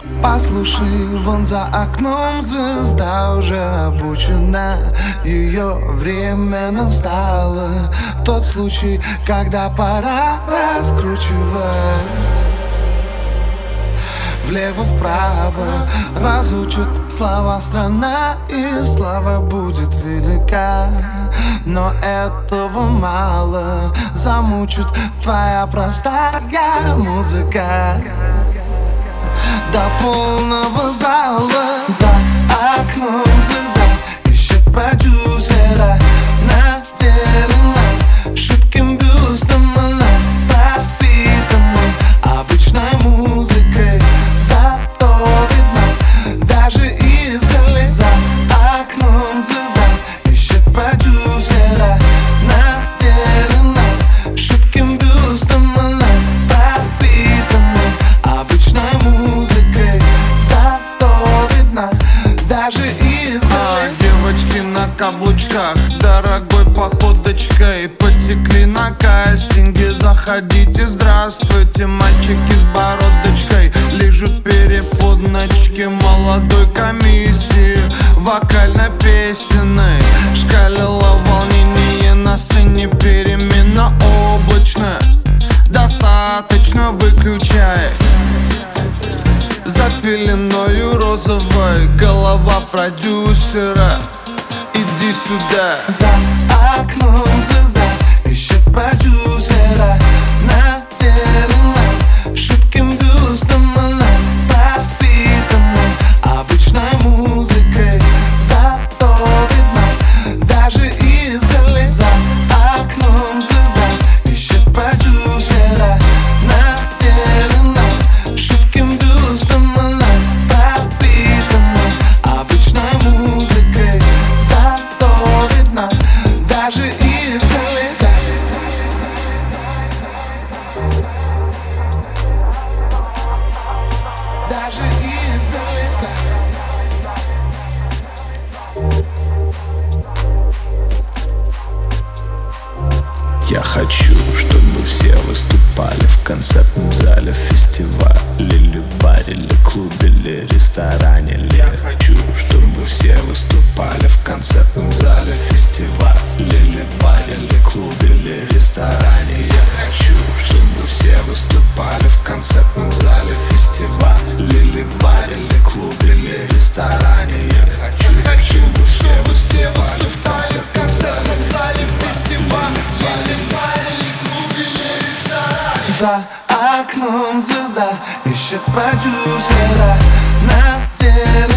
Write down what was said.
Послушай, вон за окном звезда уже обучена. Ее время настало. Тот случай, когда пора раскручивать. Влево-вправо разучат слова страна, и слава будет велика. Но этого мало, замучит твоя простая музыка. До полного зала за окном звезда ищет продюсера. Наделена шибким бюстом, она пропитана обычной музыкой. Зато видно даже издали. За окном звезда ищет продюсера. Наделена шибким бюстом, она пропитана обычной музыкой. Зато видно даже издали. Девочки на каблучках, дорогой походочкой потекли на кастинге. Заходите, здравствуйте, мальчики с бородочкой лижут переподночки молодой комиссии вокально-песенной. Шкалило волнение на сцене, перемена облачная. Достаточно, выключай. За пеленою розовой голова продюсера. Иди сюда. За окном звезда ищет продюсера. Наделена шибким бюстом, она пропитана обычной музыкой. Зато видно даже издали. За окном звезда ищет продюсера. Наделена шибким бюстом, она пропитана обычной музыкой. Зато видно даже издали. Даже издалека. Я хочу, чтобы все выступали в концертном зале, фестивале, или баре, или клубе, или ресторане. Я хочу, чтобы все выступали в концертном зале, фестивале, или баре, или клубе, или ресторане. Я хочу, чтобы все выступали в концертном зале, фестивале, или баре, или клубе, или ресторане. Я хочу, чтобы все выступали в концертном зале, фестивале. За окном звезда ищет продюсера. Наделена